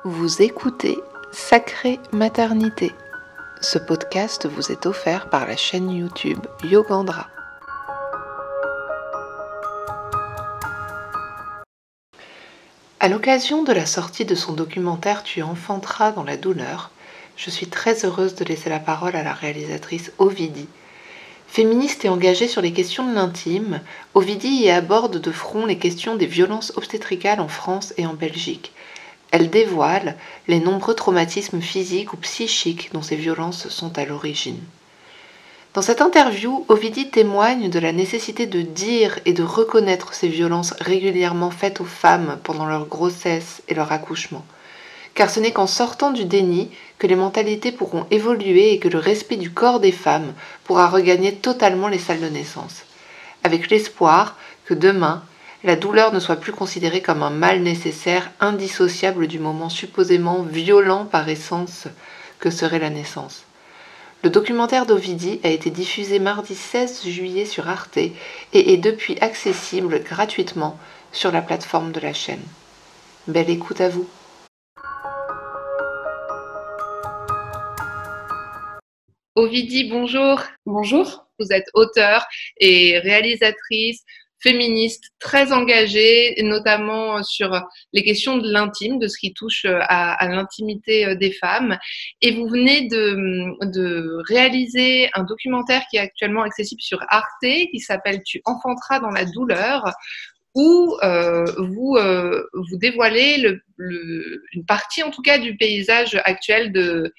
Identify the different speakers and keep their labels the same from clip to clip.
Speaker 1: Vous écoutez Sacrée Maternité. Ce podcast vous est offert par la chaîne YouTube Yogandra. À l'occasion de la sortie de son documentaire Tu enfanteras dans la douleur, je suis très heureuse de laisser la parole à la réalisatrice Ovidie. Féministe et engagée sur les questions de l'intime, Ovidie y aborde de front les questions des violences obstétricales en France et en Belgique. Elle dévoile les nombreux traumatismes physiques ou psychiques dont ces violences sont à l'origine. Dans cette interview, Ovidie témoigne de la nécessité de dire et de reconnaître ces violences régulièrement faites aux femmes pendant leur grossesse et leur accouchement. Car ce n'est qu'en sortant du déni que les mentalités pourront évoluer et que le respect du corps des femmes pourra regagner totalement les salles de naissance. Avec l'espoir que demain, la douleur ne soit plus considérée comme un mal nécessaire indissociable du moment supposément violent par essence que serait la naissance. Le documentaire d'Ovidie a été diffusé mardi 16 juillet sur Arte et est depuis accessible gratuitement sur la plateforme de la chaîne. Belle écoute à vous. Ovidie, bonjour.
Speaker 2: Bonjour.
Speaker 1: Vous êtes auteure et réalisatrice, féministe, très engagée, notamment sur les questions de l'intime, de ce qui touche à l'intimité des femmes. Et vous venez de réaliser un documentaire qui est actuellement accessible sur Arte, qui s'appelle Tu enfanteras dans la douleur, où vous dévoilez une partie, en tout cas, du paysage actuel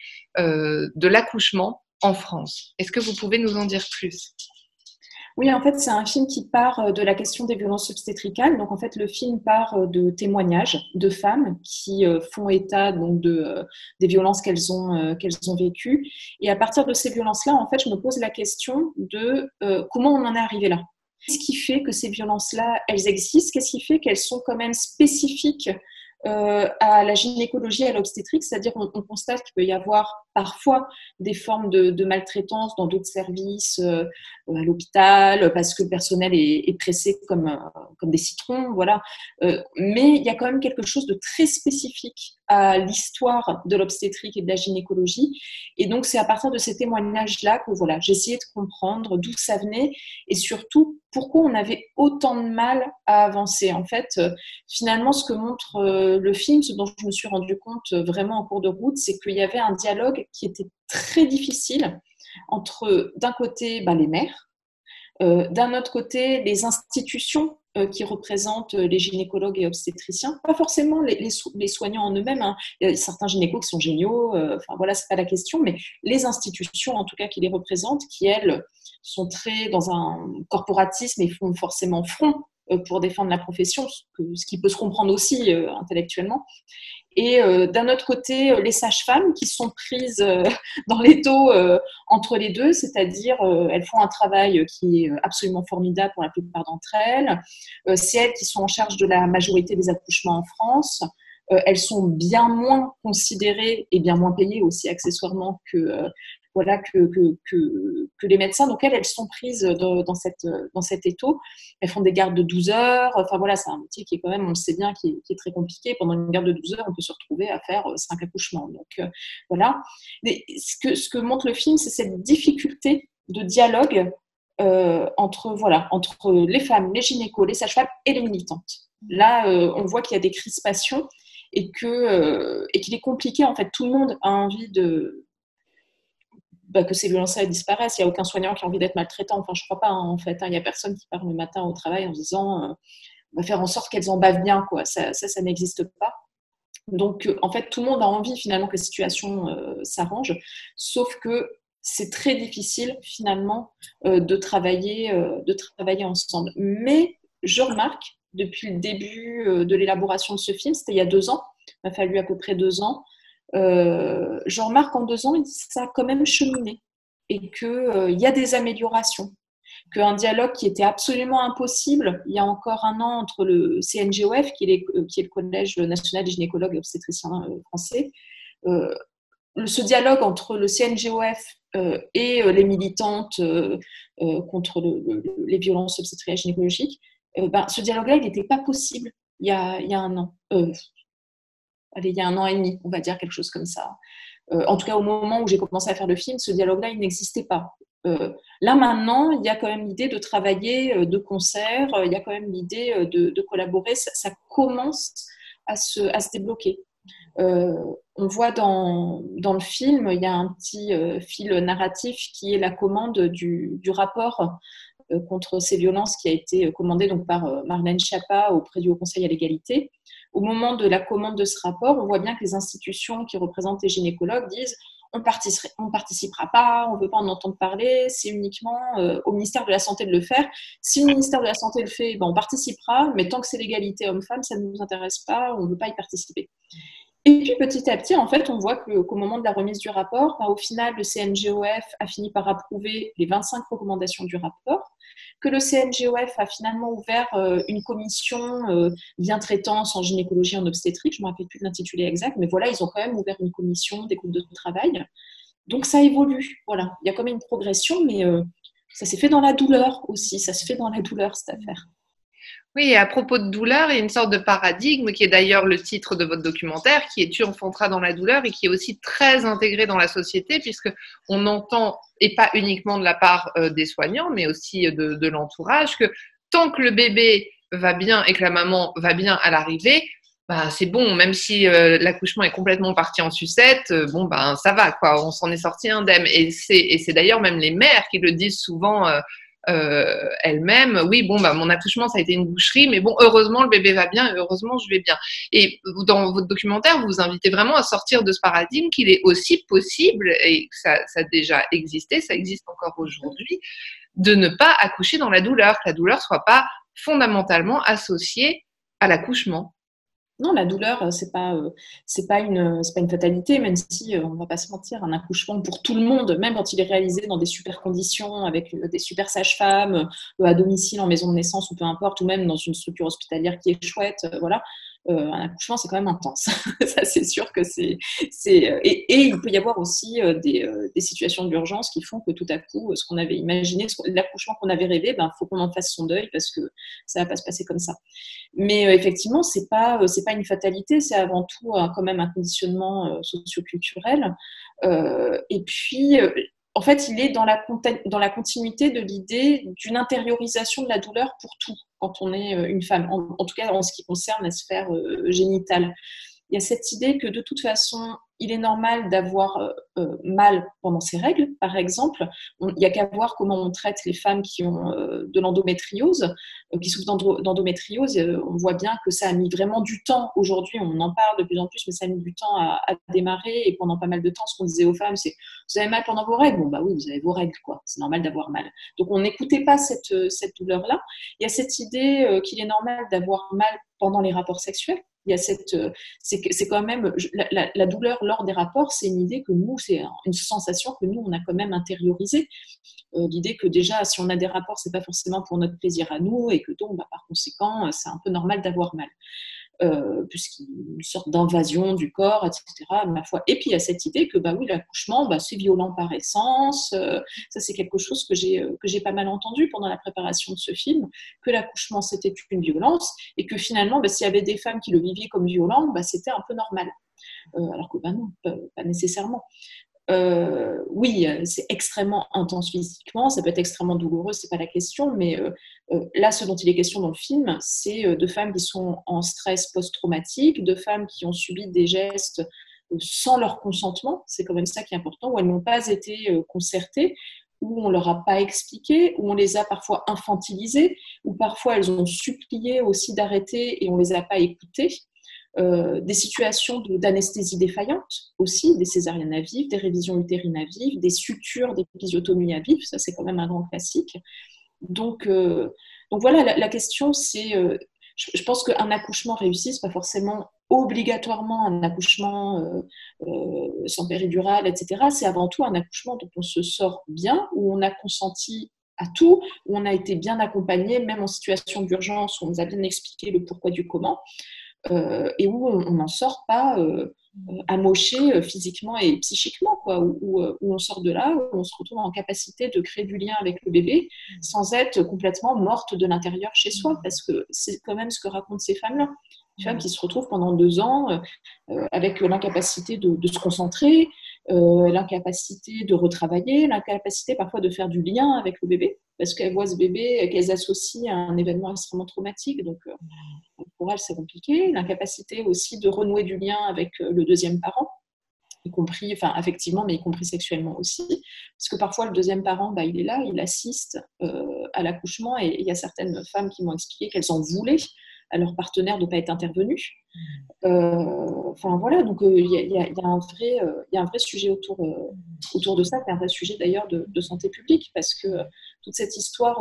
Speaker 1: de l'accouchement en France. Est-ce que vous pouvez nous en dire plus ?
Speaker 2: Oui, en fait, c'est un film qui part de la question des violences obstétricales. Donc, en fait, le film part de témoignages de femmes qui font état donc des violences qu'elles ont vécues. Et à partir de ces violences-là, en fait, je me pose la question de comment on en est arrivé là. Qu'est-ce qui fait que ces violences-là, elles existent ? Qu'est-ce qui fait qu'elles sont quand même spécifiques à la gynécologie et à l'obstétrique, c'est-à-dire on constate qu'il peut y avoir parfois des formes de maltraitance dans d'autres services, à l'hôpital, parce que le personnel est pressé comme des citrons, voilà. Mais il y a quand même quelque chose de très spécifique à l'histoire de l'obstétrique et de la gynécologie. Et donc, c'est à partir de ces témoignages-là que voilà, j'ai essayé de comprendre d'où ça venait et surtout pourquoi on avait autant de mal à avancer. En fait, finalement, ce que montre le film, ce dont je me suis rendu compte vraiment en cours de route, c'est qu'il y avait un dialogue qui était très difficile entre, d'un côté, les mères, d'un autre côté, les institutions qui représentent les gynécologues et obstétriciens, pas forcément les soignants en eux-mêmes. Hein. Il y a certains gynécos qui sont géniaux, enfin voilà, c'est pas la question, mais les institutions, en tout cas, qui les représentent, qui elles sont très dans un corporatisme et font forcément front pour défendre la profession, ce qui peut se comprendre aussi intellectuellement. Et d'un autre côté, les sages-femmes qui sont prises dans l'étau entre les deux, c'est-à-dire elles font un travail qui est absolument formidable pour la plupart d'entre elles. C'est elles qui sont en charge de la majorité des accouchements en France. Elles sont bien moins considérées et bien moins payées aussi accessoirement que les médecins. Donc elles sont prises dans cet étau. Elles font des gardes de 12 heures. Enfin voilà, c'est un métier qui est quand même, on le sait bien, qui est très compliqué. Pendant une garde de 12 heures, on peut se retrouver à faire 5 accouchements. Donc voilà. Mais ce que montre le film, c'est cette difficulté de dialogue entre les femmes, les gynécos, les sages-femmes et les militantes. Là, on voit qu'il y a des crispations et qu'il est compliqué. En fait, tout le monde a envie que ces violences-là disparaissent. Il n'y a aucun soignant qui a envie d'être maltraitant. Enfin, je ne crois pas, en fait. Il n'y a personne qui part le matin au travail en disant on va faire en sorte qu'elles en bavent bien, quoi. Ça n'existe pas. Donc, en fait, tout le monde a envie, finalement, que la situation s'arrange. Sauf que c'est très difficile, finalement, de travailler ensemble. Mais je remarque, depuis le début de l'élaboration de ce film, c'était il y a 2 ans, il m'a fallu à peu près 2 ans, je remarque qu'en 2 ans, ça a quand même cheminé et qu'il y a des améliorations. Qu'un dialogue qui était absolument impossible il y a encore 1 an entre le CNGOF, qui est le Collège national des gynécologues et obstétriciens français, ce dialogue entre le CNGOF et les militantes contre les violences obstétricales et gynécologiques, ce dialogue-là, il n'était pas possible il y a 1 an. allez, il y a 1 an et demi, on va dire quelque chose comme ça. En tout cas, au moment où j'ai commencé à faire le film, ce dialogue-là, il n'existait pas. Là, maintenant, il y a quand même l'idée de travailler de concert, il y a quand même l'idée de collaborer. Ça commence à se débloquer. On voit dans le film, il y a un petit fil narratif qui est la commande du rapport contre ces violences qui a été commandé donc par Marlène Schiappa auprès du Haut Conseil à l'égalité. Au moment de la commande de ce rapport, on voit bien que les institutions qui représentent les gynécologues disent on participera pas, on ne veut pas en entendre parler, c'est uniquement au ministère de la Santé de le faire. Si le ministère de la Santé le fait, ben on participera, mais tant que c'est l'égalité homme-femme, ça ne nous intéresse pas, on ne veut pas y participer. Et puis petit à petit, en fait, on voit qu'au moment de la remise du rapport, ben, au final, le CNGOF a fini par approuver les 25 recommandations du rapport, que le CNGOF a finalement ouvert une commission bien traitance en gynécologie et en obstétrique, je ne me rappelle plus de l'intitulé exact, mais voilà, ils ont quand même ouvert une commission, des groupes de travail. Donc ça évolue, voilà. Il y a quand même une progression, mais ça s'est fait dans la douleur aussi, ça se fait dans la douleur cette affaire.
Speaker 1: Oui, et à propos de douleur, il y a une sorte de paradigme qui est d'ailleurs le titre de votre documentaire, qui est Tu enfanteras dans la douleur et qui est aussi très intégré dans la société puisque on entend, et pas uniquement de la part des soignants, mais aussi de l'entourage, que tant que le bébé va bien et que la maman va bien à l'arrivée, bah, c'est bon, même si l'accouchement est complètement parti en sucette, bon, ben, ça va, quoi, on s'en est sorti indemne. Et c'est d'ailleurs même les mères qui le disent souvent elle-même, oui, bon, bah, mon accouchement, ça a été une boucherie, mais bon, heureusement, le bébé va bien, et heureusement, je vais bien. Et dans votre documentaire, vous vous invitez vraiment à sortir de ce paradigme qu'il est aussi possible, et que ça a déjà existé, ça existe encore aujourd'hui, de ne pas accoucher dans la douleur, que la douleur soit pas fondamentalement associée à l'accouchement.
Speaker 2: Non, la douleur, c'est pas une fatalité, même si on va pas se mentir, un accouchement pour tout le monde, même quand il est réalisé dans des super conditions, avec des super sages-femmes, à domicile, en maison de naissance ou peu importe, ou même dans une structure hospitalière qui est chouette, voilà. Un accouchement, c'est quand même intense. Ça, c'est sûr que et il peut y avoir aussi des situations d'urgence qui font que tout à coup, ce qu'on avait imaginé, l'accouchement qu'on avait rêvé, ben, faut qu'on en fasse son deuil parce que ça va pas se passer comme ça. Mais effectivement, c'est pas une fatalité, c'est avant tout quand même un conditionnement socioculturel. Et puis, en fait, il est dans la continuité de l'idée d'une intériorisation de la douleur pour tout quand on est une femme, en tout cas en ce qui concerne la sphère génitale. Il y a cette idée que de toute façon, il est normal d'avoir mal pendant ses règles, par exemple. Il n'y a qu'à voir comment on traite les femmes qui ont de l'endométriose, qui souffrent d'endométriose. On voit bien que ça a mis vraiment du temps. Aujourd'hui, on en parle de plus en plus, mais ça a mis du temps à démarrer. Et pendant pas mal de temps, ce qu'on disait aux femmes, c'est vous avez mal pendant vos règles. Bon, bah oui, vous avez vos règles, quoi. C'est normal d'avoir mal. Donc, on n'écoutait pas cette douleur-là. Il y a cette idée qu'il est normal d'avoir mal pendant les rapports sexuels. Il y a c'est quand même la douleur lors des rapports, c'est une idée que nous, c'est une sensation que nous on a quand même intériorisée. L'idée que déjà, si on a des rapports, c'est pas forcément pour notre plaisir à nous et que donc, bah, par conséquent, c'est un peu normal d'avoir mal. Puisqu'il y a une sorte d'invasion du corps, etc. Ma foi. Et puis il y a cette idée que bah oui, l'accouchement, bah, c'est violent par essence. Ça, c'est quelque chose que j'ai pas mal entendu pendant la préparation de ce film, que l'accouchement c'était une violence et que finalement, bah, s'il y avait des femmes qui le vivaient comme violent, bah, c'était un peu normal. Alors que bah non, pas nécessairement. Oui, c'est extrêmement intense physiquement, ça peut être extrêmement douloureux, c'est pas la question, mais là, ce dont il est question dans le film, c'est de femmes qui sont en stress post-traumatique, de femmes qui ont subi des gestes sans leur consentement, c'est quand même ça qui est important, où elles n'ont pas été concertées, où on leur a pas expliqué, où on les a parfois infantilisées, où parfois elles ont supplié aussi d'arrêter et on les a pas écoutées. Des situations d'anesthésie défaillante aussi, des césariennes à vivre, des révisions utérines à vivre, des sutures, des épisiotomies à vivre, ça c'est quand même un grand classique. Donc voilà, la question c'est, je pense qu'un accouchement réussi, c'est pas forcément obligatoirement un accouchement sans péridurale, etc. C'est avant tout un accouchement dont on se sort bien, où on a consenti à tout, où on a été bien accompagné, même en situation d'urgence, où on nous a bien expliqué le pourquoi du comment. Et où on n'en sort pas amoché physiquement et psychiquement, quoi, où on sort de là, où on se retrouve en capacité de créer du lien avec le bébé sans être complètement morte de l'intérieur chez soi, parce que c'est quand même ce que racontent ces femmes-là. Des femmes qui se retrouvent pendant 2 ans avec l'incapacité de se concentrer, l'incapacité de retravailler, l'incapacité parfois de faire du lien avec le bébé, parce qu'elles voient ce bébé qu'elles associent à un événement extrêmement traumatique, donc pour elles c'est compliqué. L'incapacité aussi de renouer du lien avec le deuxième parent, y compris, enfin affectivement, mais y compris sexuellement aussi, parce que parfois le deuxième parent, il est là, il assiste à l'accouchement, et il y a certaines femmes qui m'ont expliqué qu'elles en voulaient à leur partenaire de ne pas être intervenu. Enfin voilà, donc il y a un vrai sujet autour de ça, c'est un vrai sujet d'ailleurs de santé publique, parce que toute cette histoire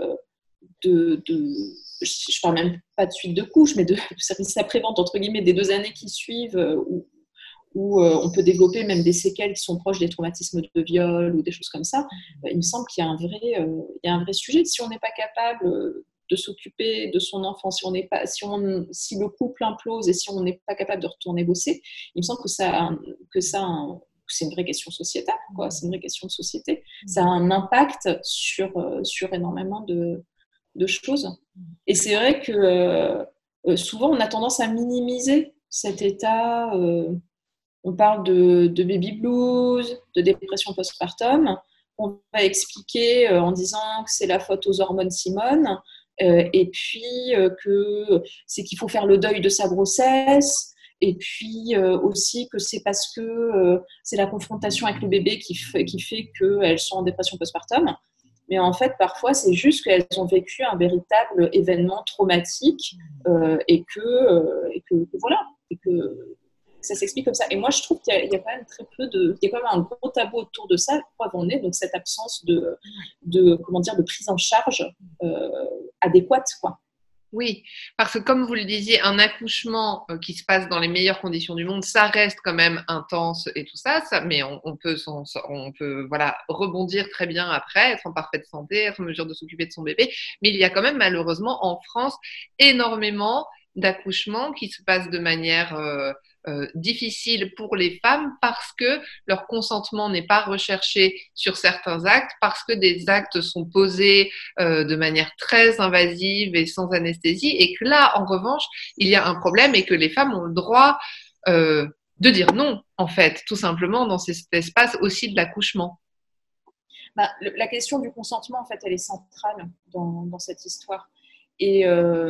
Speaker 2: je parle même pas de suite de couches, mais de service après-vente, entre guillemets, des 2 années qui suivent, où on peut développer même des séquelles qui sont proches des traumatismes de viol ou des choses comme ça. Il me semble qu'il y a un vrai sujet. Si on n'est pas capable de s'occuper de son enfant, si le couple implose et si on n'est pas capable de retourner bosser, il me semble que c'est une vraie question sociétale, quoi. C'est une vraie question de société. Ça a un impact sur énormément de choses. Et c'est vrai que souvent, on a tendance à minimiser cet état. On parle de baby blues, de dépression postpartum. On va expliquer en disant que c'est la faute aux hormones Simone, et puis que c'est qu'il faut faire le deuil de sa grossesse, et puis aussi que c'est parce que c'est la confrontation avec le bébé qui fait qu'elles sont en dépression postpartum. Mais en fait, parfois, c'est juste qu'elles ont vécu un véritable événement traumatique et que voilà, et que ça s'explique comme ça. Et moi, je trouve qu'il y a quand même il y a quand même un gros tabou autour de ça. Preuve en est, donc cette absence de prise en charge adéquate, quoi.
Speaker 1: Oui, parce que comme vous le disiez, un accouchement qui se passe dans les meilleures conditions du monde, ça reste quand même intense et tout ça, mais on peut voilà, rebondir très bien après, être en parfaite santé, être en mesure de s'occuper de son bébé. Mais il y a quand même malheureusement en France énormément d'accouchements qui se passent de manière difficile pour les femmes parce que leur consentement n'est pas recherché sur certains actes, parce que des actes sont posés de manière très invasive et sans anesthésie, et que là, en revanche, il y a un problème et que les femmes ont le droit de dire non, en fait, tout simplement, dans cet espace aussi de l'accouchement.
Speaker 2: La question du consentement, en fait, elle est centrale dans cette histoire. Et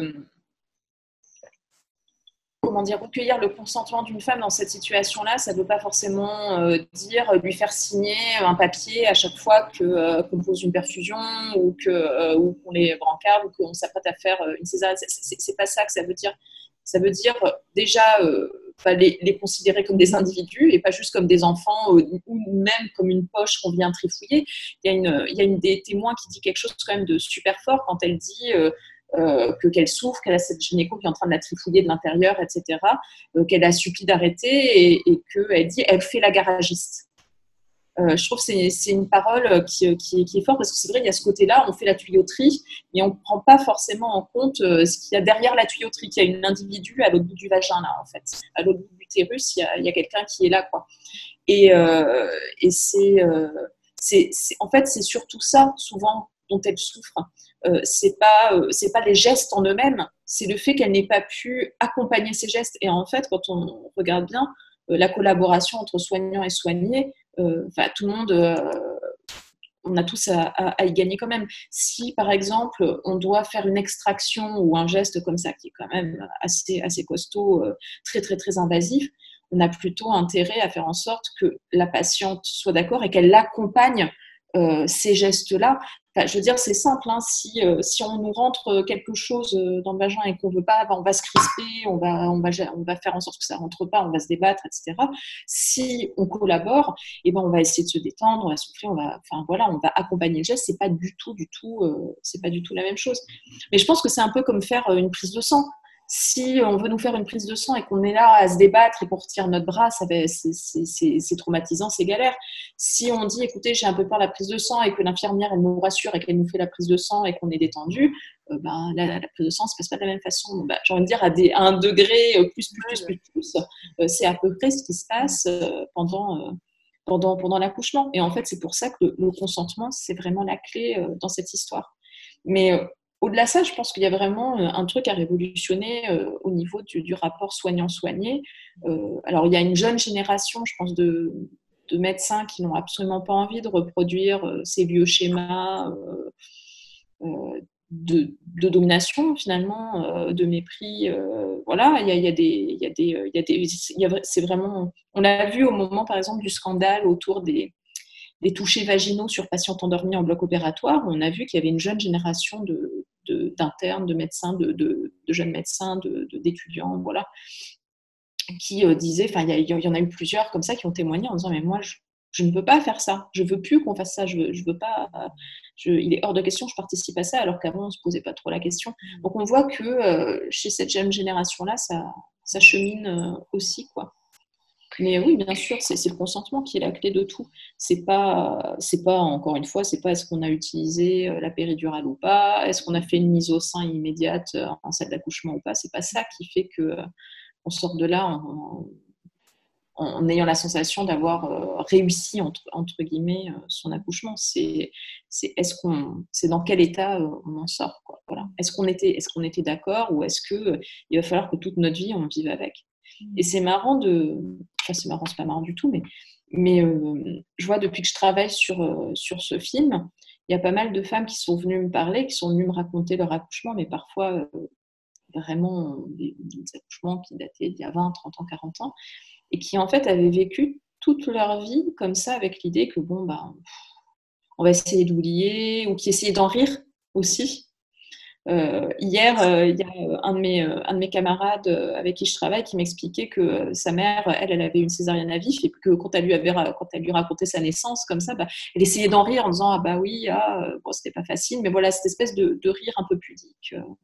Speaker 2: recueillir le consentement d'une femme dans cette situation-là, ça ne veut pas forcément dire lui faire signer un papier à chaque fois qu'on pose une perfusion ou qu'on est brancard ou qu'on s'apprête à faire une césarienne. C'est pas ça que ça veut dire. Ça veut dire déjà les considérer comme des individus et pas juste comme des enfants ou même comme une poche qu'on vient trifouiller. Il y a une des témoins qui dit quelque chose quand même de super fort quand elle dit qu'elle souffre, qu'elle a cette gynéco qui est en train de la trifouiller de l'intérieur, etc., qu'elle a supplie d'arrêter et qu'elle dit elle fait la garagiste. Je trouve que c'est une parole qui est forte parce que c'est vrai, il y a ce côté-là, on fait la tuyauterie, mais on ne prend pas forcément en compte ce qu'il y a derrière la tuyauterie, qu'il y a une individu à l'autre bout du vagin, là, en fait. À l'autre bout de l'utérus, il y a quelqu'un qui est là, quoi. Et en fait, c'est surtout ça, souvent, dont elle souffre. C'est pas les gestes en eux-mêmes, c'est le fait qu'elle n'ait pas pu accompagner ces gestes. Et en fait, quand on regarde bien, la collaboration entre soignants et soignés, tout le monde, on a tous à y gagner quand même. Si, par exemple, on doit faire une extraction ou un geste comme ça, qui est quand même assez costaud, très, très, très invasif, on a plutôt intérêt à faire en sorte que la patiente soit d'accord et qu'elle l'accompagne ces gestes-là. Enfin, je veux dire, c'est simple, hein. Si on nous rentre quelque chose dans le vagin et qu'on ne veut pas, on va se crisper, on va faire en sorte que ça ne rentre pas, on va se débattre, etc. Si on collabore, on va essayer de se détendre, on va souffler, on va accompagner le geste. C'est pas du tout la même chose. Mais je pense que c'est un peu comme faire une prise de sang. Si on veut nous faire une prise de sang et qu'on est là à se débattre et qu'on retire notre bras, c'est traumatisant, c'est galère. Si on dit, écoutez, j'ai un peu peur de la prise de sang et que l'infirmière, elle nous rassure et qu'elle nous fait la prise de sang et qu'on est détendu, la prise de sang ne se passe pas de la même façon. J'ai envie de dire à un degré plus, c'est à peu près ce qui se passe pendant l'accouchement. Et en fait, c'est pour ça que le consentement, c'est vraiment la clé dans cette histoire. Mais au-delà de ça, je pense qu'il y a vraiment un truc à révolutionner au niveau du rapport soignant-soigné. Alors, il y a une jeune génération, je pense, de médecins qui n'ont absolument pas envie de reproduire ces vieux schémas de domination, finalement, de mépris. Voilà, c'est vraiment. On l'a vu au moment, par exemple, du scandale autour des touchés vaginaux sur patients endormis en bloc opératoire. On a vu qu'il y avait une jeune génération d'internes, de médecins, de jeunes médecins, d'étudiants, voilà, qui disaient, enfin, il y en a eu plusieurs comme ça qui ont témoigné en disant, mais moi, je ne veux pas faire ça, je veux plus qu'on fasse ça, je veux pas, il est hors de question que je participe à ça, alors qu'avant on se posait pas trop la question. Donc on voit que chez cette jeune génération-là, ça chemine aussi, quoi. Mais oui, bien sûr, c'est le consentement qui est la clé de tout. C'est pas encore une fois, c'est pas est-ce qu'on a utilisé la péridurale ou pas, est-ce qu'on a fait une mise au sein immédiate en salle d'accouchement ou pas. C'est pas ça qui fait que on sort de là en ayant la sensation d'avoir réussi entre guillemets son accouchement. C'est dans quel état on en sort, quoi. Voilà. Est-ce qu'on était d'accord, ou est-ce que il va falloir que toute notre vie on vive avec. Et c'est marrant c'est marrant, c'est pas marrant du tout, mais je vois depuis que je travaille sur ce film, il y a pas mal de femmes qui sont venues me parler, qui sont venues me raconter leur accouchement, mais parfois vraiment des accouchements qui dataient d'il y a 20, 30 ans, 40 ans, et qui en fait avaient vécu toute leur vie comme ça, avec l'idée que on va essayer d'oublier, ou qui essayaient d'en rire aussi. Hier, il y a un de mes camarades avec qui je travaille qui m'expliquait que sa mère, elle avait une césarienne à vif, et que quand elle lui racontait sa naissance comme ça, elle essayait d'en rire en disant ah bah oui, bon, c'était pas facile, mais voilà, cette espèce de rire un peu pudique. Donc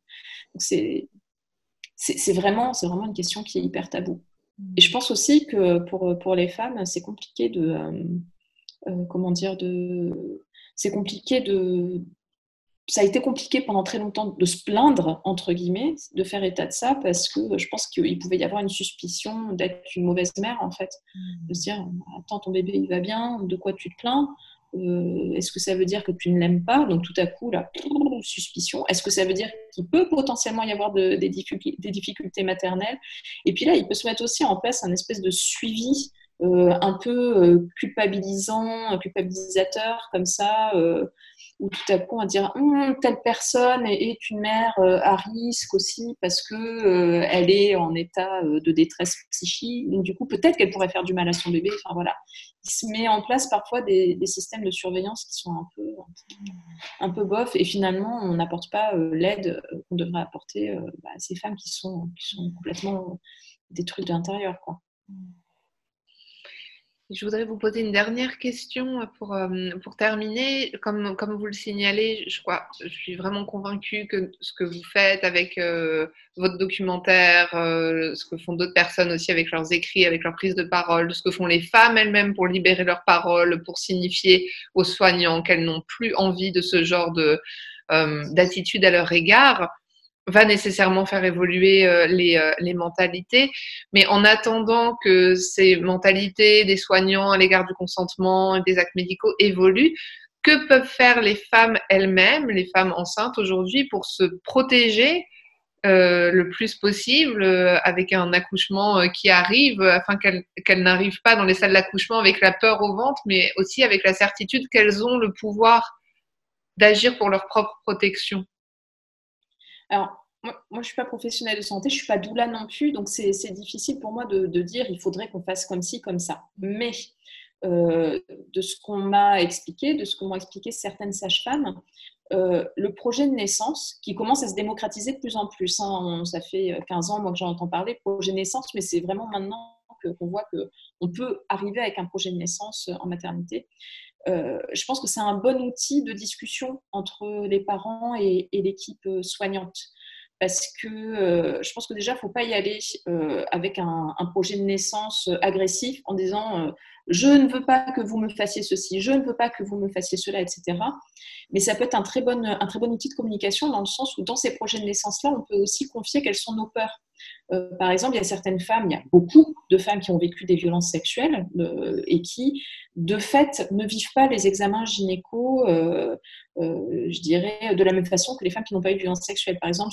Speaker 2: c'est vraiment une question qui est hyper taboue. Et je pense aussi que pour les femmes, c'est compliqué comment dire, c'est compliqué ça a été compliqué pendant très longtemps de se plaindre, entre guillemets, de faire état de ça, parce que je pense qu'il pouvait y avoir une suspicion d'être une mauvaise mère, en fait. De se dire, attends, ton bébé, il va bien, de quoi tu te plains? Est-ce que ça veut dire que tu ne l'aimes pas? Donc tout à coup, là, suspicion. Est-ce que ça veut dire qu'il peut potentiellement y avoir des difficultés maternelles? Et puis là, il peut se mettre aussi en place un espèce de suivi un peu culpabilisateur, comme ça, où tout à coup on va dire telle personne est une mère à risque aussi parce que elle est en état de détresse psychique, donc du coup peut-être qu'elle pourrait faire du mal à son bébé. Enfin voilà, il se met en place parfois des systèmes de surveillance qui sont un peu bof, et finalement on n'apporte pas l'aide qu'on devrait apporter à ces femmes qui sont complètement détruites de l'intérieur, quoi.
Speaker 1: Je voudrais vous poser une dernière question pour terminer. Comme vous le signalez, je suis vraiment convaincue que ce que vous faites avec votre documentaire, ce que font d'autres personnes aussi avec leurs écrits, avec leur prise de parole, ce que font les femmes elles-mêmes pour libérer leur parole, pour signifier aux soignants qu'elles n'ont plus envie de ce genre d'attitude à leur égard, va nécessairement faire évoluer les mentalités. Mais en attendant que ces mentalités des soignants à l'égard du consentement et des actes médicaux évoluent, que peuvent faire les femmes elles-mêmes, les femmes enceintes aujourd'hui, pour se protéger le plus possible avec un accouchement qui arrive, afin qu'elles n'arrivent pas dans les salles d'accouchement avec la peur au ventre, mais aussi avec la certitude qu'elles ont le pouvoir d'agir pour leur propre protection?
Speaker 2: Alors, moi, je ne suis pas professionnelle de santé, je ne suis pas doula non plus, donc c'est difficile pour moi de dire il faudrait qu'on fasse comme ci, comme ça. Mais de ce qu'on m'a expliqué, de ce qu'ont expliqué certaines sages-femmes, le projet de naissance, qui commence à se démocratiser de plus en plus, hein, ça fait 15 ans moi, que j'en entends parler, projet de naissance, mais c'est vraiment maintenant qu'on voit qu'on peut arriver avec un projet de naissance en maternité. Je pense que c'est un bon outil de discussion entre les parents et l'équipe soignante. Parce que je pense que déjà, il ne faut pas y aller avec un projet de naissance agressif en disant je ne veux pas que vous me fassiez ceci, je ne veux pas que vous me fassiez cela, etc. Mais ça peut être un très bon outil de communication dans le sens où dans ces projets de naissance-là, on peut aussi confier quelles sont nos peurs. Par exemple, il y a certaines femmes, il y a beaucoup de femmes qui ont vécu des violences sexuelles et qui, de fait, ne vivent pas les examens gynéco, je dirais, de la même façon que les femmes qui n'ont pas eu de violence sexuelle. Par exemple,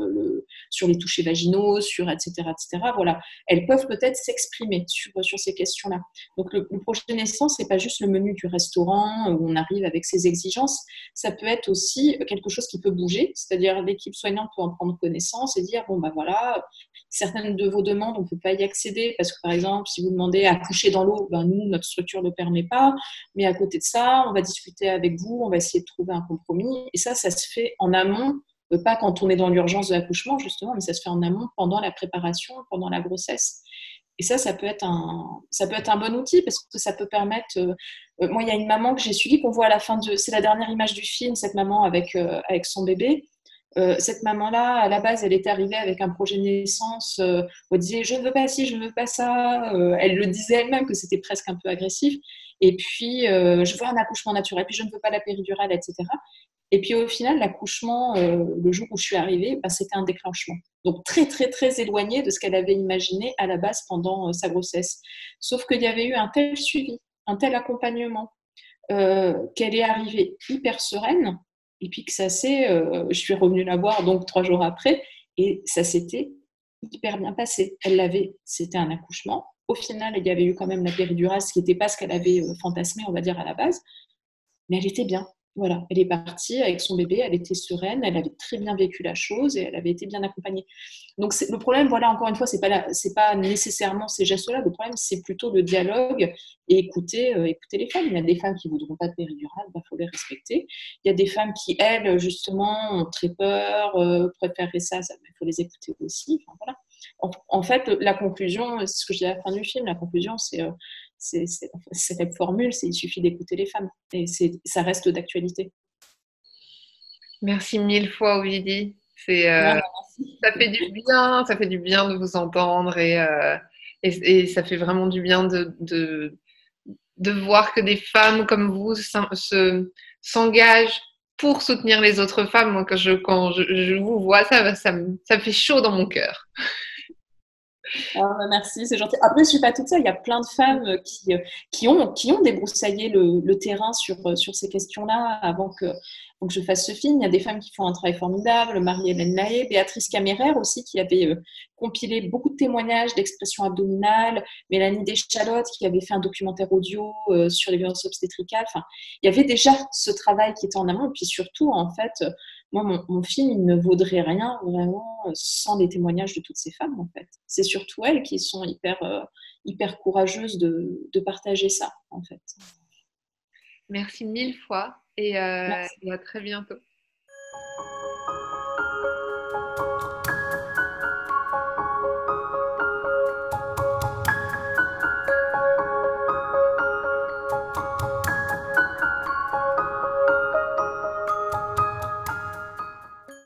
Speaker 2: sur les touchés vaginaux, etc., etc. Voilà, elles peuvent peut-être s'exprimer sur ces questions-là. Donc, le projet de naissance, c'est pas juste le menu du restaurant où on arrive avec ses exigences. Ça peut être aussi quelque chose qui peut bouger, c'est-à-dire l'équipe soignante peut en prendre connaissance et dire bon ben voilà, certaines de vos demandes on ne peut pas y accéder parce que par exemple si vous demandez à coucher dans l'eau, ben nous notre structure ne le permet pas, mais à côté de ça on va discuter avec vous, on va essayer de trouver un compromis et ça se fait en amont, pas quand on est dans l'urgence de l'accouchement justement, mais ça se fait en amont pendant la préparation, pendant la grossesse. Et ça peut être un bon outil parce que ça peut permettre. Moi, il y a une maman que j'ai suivie qu'on voit à la fin de. C'est la dernière image du film, cette maman avec son bébé. Cette maman-là, à la base, elle était arrivée avec un projet de naissance. On disait je ne veux pas ci, je ne veux pas ça. Elle le disait elle-même que c'était presque un peu agressif. Et puis, je veux un accouchement naturel. Puis, je ne veux pas la péridurale, etc. Et puis, au final, l'accouchement, le jour où je suis arrivée, bah, c'était un déclenchement. Donc, très, très, très éloigné de ce qu'elle avait imaginé à la base pendant sa grossesse. Sauf qu'il y avait eu un tel suivi, un tel accompagnement, qu'elle est arrivée hyper sereine. Et puis que je suis revenue la voir donc 3 jours après, et ça s'était hyper bien passé. C'était un accouchement. Au final, il y avait eu quand même la péridurale, ce qui n'était pas ce qu'elle avait fantasmé, on va dire, à la base. Mais elle était bien. Voilà, elle est partie avec son bébé, elle était sereine, elle avait très bien vécu la chose et elle avait été bien accompagnée. Donc le problème, voilà, encore une fois, c'est pas nécessairement ces gestes-là. Le problème, c'est plutôt le dialogue et écouter les femmes. Il y a des femmes qui voudront pas de péridurale, il faut les respecter. Il y a des femmes qui, elles, justement, ont très peur, préféreraient ça, il faut les écouter aussi. Enfin, voilà. En fait, la conclusion, c'est ce que je dis à la fin du film, la conclusion, c'est cette formule, c'est il suffit d'écouter les femmes et ça reste d'actualité.
Speaker 1: Merci mille fois, Ovidie. C'est,
Speaker 2: Ouais,
Speaker 1: ça fait du bien de vous entendre et ça fait vraiment du bien de voir que des femmes comme vous s'engagent pour soutenir les autres femmes. Moi, quand je vous vois, ça me fait chaud dans mon cœur.
Speaker 2: merci, c'est gentil. Après, je suis pas toute seule. Il y a plein de femmes qui ont débroussaillé le terrain sur ces questions-là avant que je fasse ce film. Il y a des femmes qui font un travail formidable. Marie-Hélène Lahaye, Béatrice Caméraire aussi, qui avait compilé beaucoup de témoignages d'expression abdominale. Mélanie Deschalottes, qui avait fait un documentaire audio sur les violences obstétricales. Enfin, il y avait déjà ce travail qui était en amont. Et puis surtout, en fait, moi, mon film, il ne vaudrait rien vraiment sans les témoignages de toutes ces femmes, en fait. C'est surtout elles qui sont hyper courageuses de partager ça, en fait.
Speaker 1: Merci mille fois et
Speaker 2: Merci.
Speaker 1: à très bientôt.